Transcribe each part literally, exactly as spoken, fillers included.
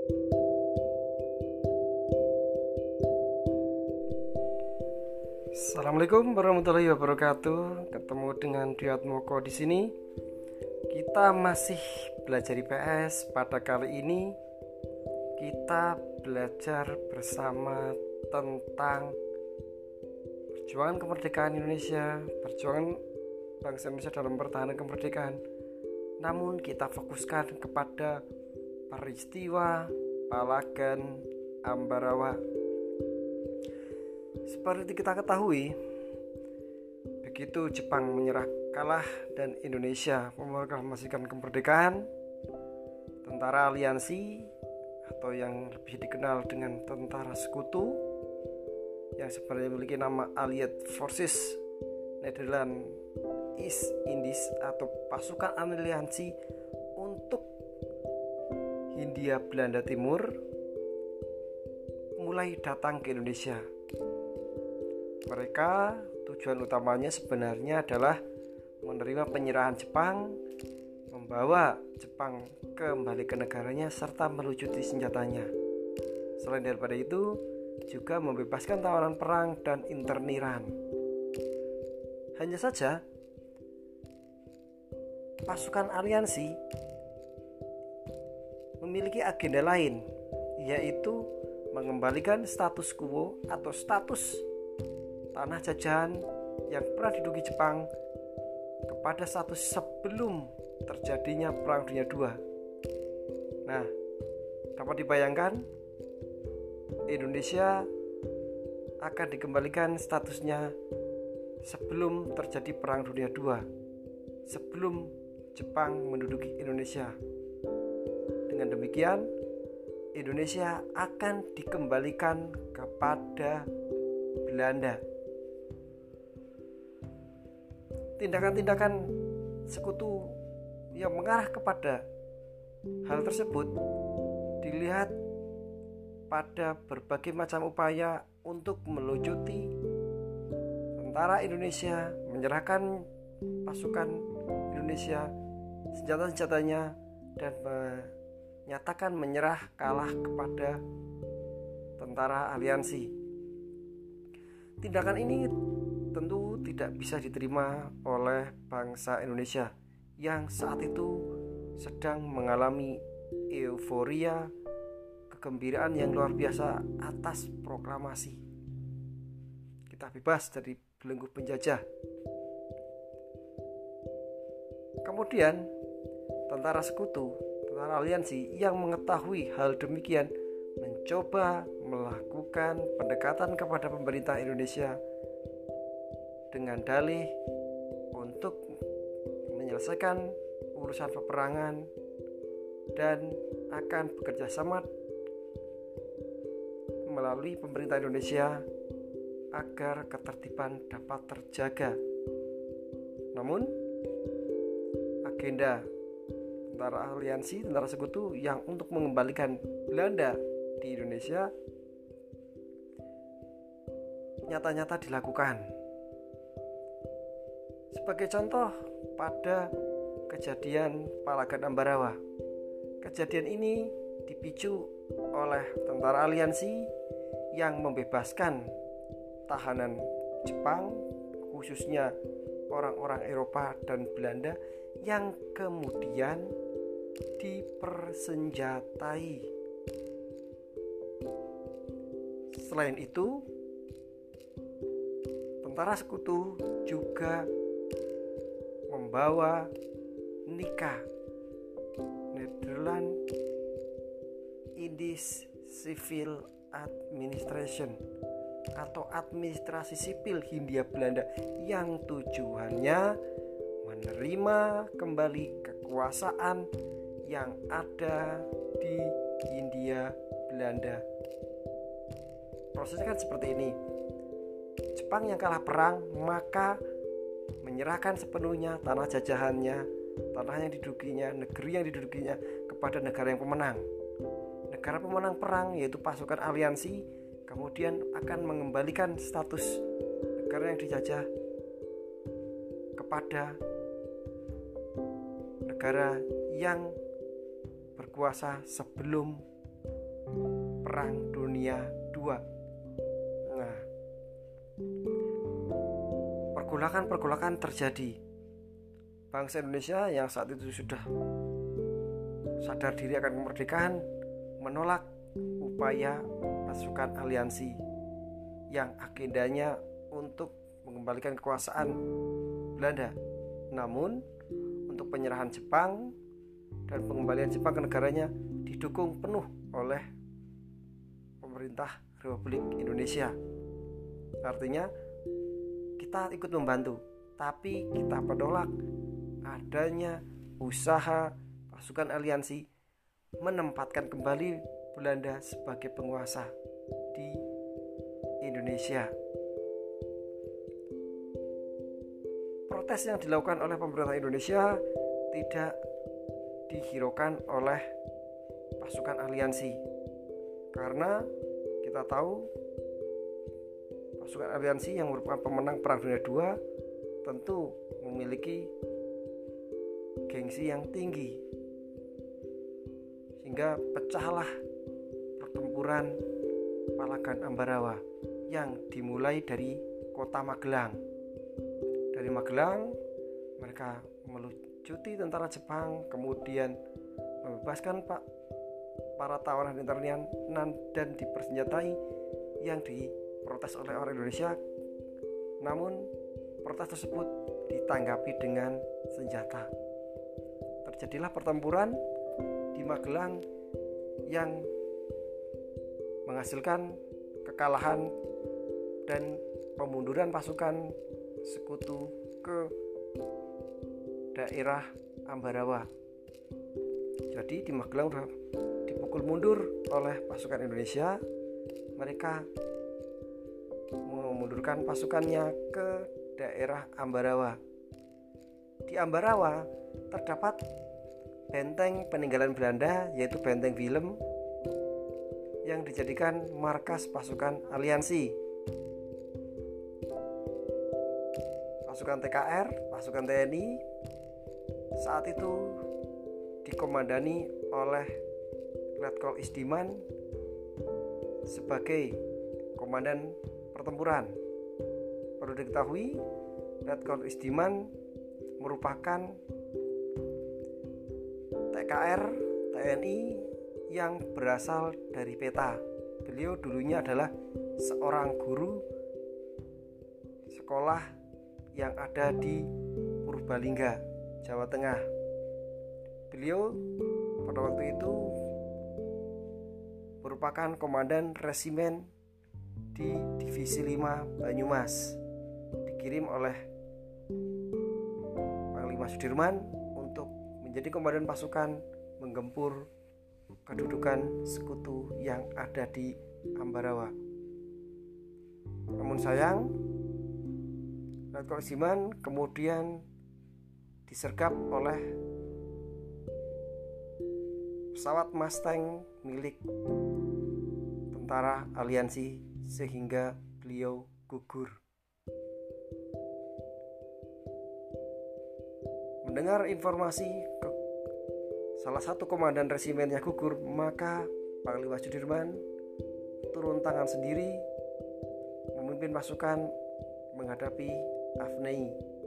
Assalamualaikum warahmatullahi wabarakatuh. Ketemu dengan Dwiatmoko di sini. Kita masih belajar I P S. Pada kali ini kita belajar bersama tentang perjuangan kemerdekaan Indonesia, perjuangan bangsa Indonesia dalam pertahanan kemerdekaan. Namun kita fokuskan kepada peristiwa Palagan Ambarawa. Seperti kita ketahui, begitu Jepang menyerah kalah dan Indonesia memproklamasikan kemerdekaan, tentara aliansi atau yang lebih dikenal dengan tentara sekutu yang sebenarnya memiliki nama Allied Forces Netherlands East Indies atau pasukan aliansi untuk Hindia Belanda Timur mulai datang ke Indonesia. Mereka tujuan utamanya sebenarnya adalah menerima penyerahan Jepang, membawa Jepang kembali ke negaranya serta melucuti senjatanya. Selain daripada itu, juga membebaskan tawanan perang dan interniran. Hanya saja, pasukan aliansi memiliki agenda lain, yaitu mengembalikan status quo atau status tanah jajahan yang pernah diduduki Jepang kepada status sebelum terjadinya Perang Dunia kedua. Nah, dapat dibayangkan Indonesia akan dikembalikan statusnya sebelum terjadi Perang Dunia kedua, sebelum Jepang menduduki Indonesia. Dengan demikian, Indonesia akan dikembalikan kepada Belanda. Tindakan-tindakan sekutu yang mengarah kepada hal tersebut dilihat pada berbagai macam upaya untuk melucuti tentara Indonesia, menyerahkan pasukan Indonesia senjata-senjatanya dan menyatakan menyerah kalah kepada tentara aliansi. Tindakan ini tentu tidak bisa diterima oleh bangsa Indonesia yang saat itu sedang mengalami euforia, kegembiraan yang luar biasa atas proklamasi kita bebas dari belenggu penjajah. Kemudian tentara sekutu, tentara aliansi yang mengetahui hal demikian mencoba melakukan pendekatan kepada pemerintah Indonesia dengan dalih untuk menyelesaikan urusan peperangan dan akan bekerja sama melalui pemerintah Indonesia agar ketertiban dapat terjaga. Namun agenda tentara aliansi, tentara sekutu yang untuk mengembalikan Belanda di Indonesia nyata-nyata dilakukan. Sebagai contoh, pada kejadian Palagan Ambarawa, kejadian ini dipicu oleh tentara aliansi yang membebaskan tahanan Jepang, khususnya orang-orang Eropa dan Belanda yang kemudian dipersenjatai. Selain itu, tentara sekutu juga membawa N I C A, Netherlands Indies Civil Administration atau administrasi sipil Hindia Belanda yang tujuannya menerima kembali kekuasaan yang ada di Hindia Belanda. Prosesnya kan seperti ini. Jepang yang kalah perang maka menyerahkan sepenuhnya tanah jajahannya, tanah yang didudukinya, negeri yang didudukinya kepada negara yang pemenang. Negara pemenang perang yaitu pasukan aliansi kemudian akan mengembalikan status negara yang dijajah kepada negara yang berkuasa sebelum Perang Dunia kedua. Nah, pergolakan-pergolakan terjadi. Bangsa Indonesia yang saat itu sudah sadar diri akan kemerdekaan menolak upaya pasukan aliansi yang agendanya untuk mengembalikan kekuasaan Belanda. Namun untuk penyerahan Jepang dan pengembalian Jepang ke negaranya didukung penuh oleh pemerintah Republik Indonesia. Artinya kita ikut membantu, tapi kita menolak adanya usaha pasukan aliansi menempatkan kembali Belanda sebagai penguasa di Indonesia. Protes yang dilakukan oleh pemerintah Indonesia tidak dihiraukan oleh pasukan aliansi, karena kita tahu pasukan aliansi yang merupakan pemenang Perang Dunia kedua tentu memiliki gengsi yang tinggi, sehingga pecahlah pertempuran Palagan Ambarawa yang dimulai dari kota Magelang. Dari Magelang mereka melucuti tentara Jepang, kemudian membebaskan pak para tawanan internian dan dipersenjatai yang diprotes oleh orang Indonesia. Namun protes tersebut ditanggapi dengan senjata. Terjadilah pertempuran di Magelang yang menghasilkan kekalahan dan pemunduran pasukan sekutu ke daerah Ambarawa. Jadi di Magelang sudah dipukul mundur oleh pasukan Indonesia. Mereka memundurkan pasukannya ke daerah Ambarawa. Di Ambarawa terdapat benteng peninggalan Belanda, yaitu Benteng Willem, yang dijadikan markas pasukan aliansi. Pasukan T K R, pasukan T N I saat itu dikomandani oleh Letkol Isdiman sebagai komandan pertempuran. Perlu diketahui, Letkol Isdiman merupakan T K R T N I yang berasal dari peta. Beliau dulunya adalah seorang guru sekolah yang ada di Purbalingga, Jawa Tengah. Beliau pada waktu itu merupakan komandan resimen di Divisi lima Banyumas, dikirim oleh Panglima Sudirman untuk menjadi komandan pasukan menggempur kedudukan sekutu yang ada di Ambarawa. Namun sayang, Letkol Isdiman kemudian disergap oleh pesawat Mustang milik tentara aliansi sehingga beliau gugur. Mendengar informasi ke salah satu komandan resimennya gugur, maka Panglima Sudirman turun tangan sendiri memimpin pasukan menghadapi Afnei.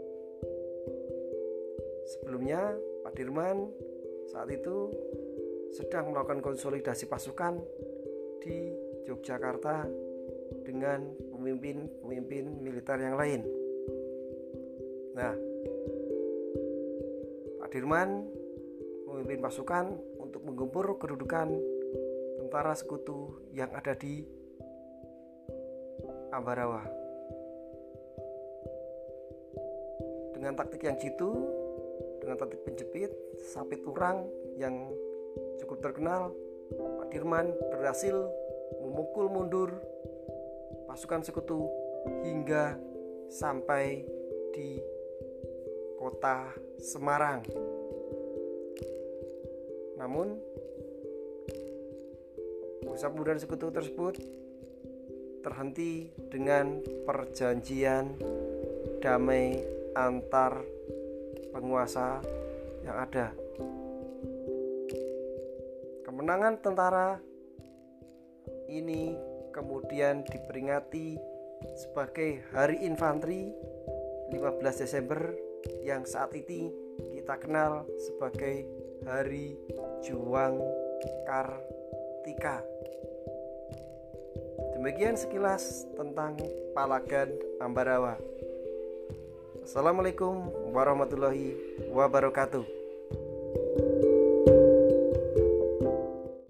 Sebelumnya Pak Dirman saat itu sedang melakukan konsolidasi pasukan di Yogyakarta dengan pemimpin-pemimpin militer yang lain. Nah, Pak Dirman memimpin pasukan untuk menggempur kedudukan tentara sekutu yang ada di Ambarawa. Dengan taktik yang jitu, dengan taktik penjepit, sapit urang yang cukup terkenal, Pak Dirman berhasil memukul mundur pasukan sekutu hingga sampai di kota Semarang. Namun usaha pemunduran sekutu tersebut terhenti dengan perjanjian damai antar penguasa yang ada. Kemenangan tentara ini kemudian diperingati sebagai Hari Infanteri lima belas Desember yang saat ini kita kenal sebagai Hari Juang Kartika. Demikian sekilas tentang Palagan Ambarawa. Assalamualaikum warahmatullahi wabarakatuh.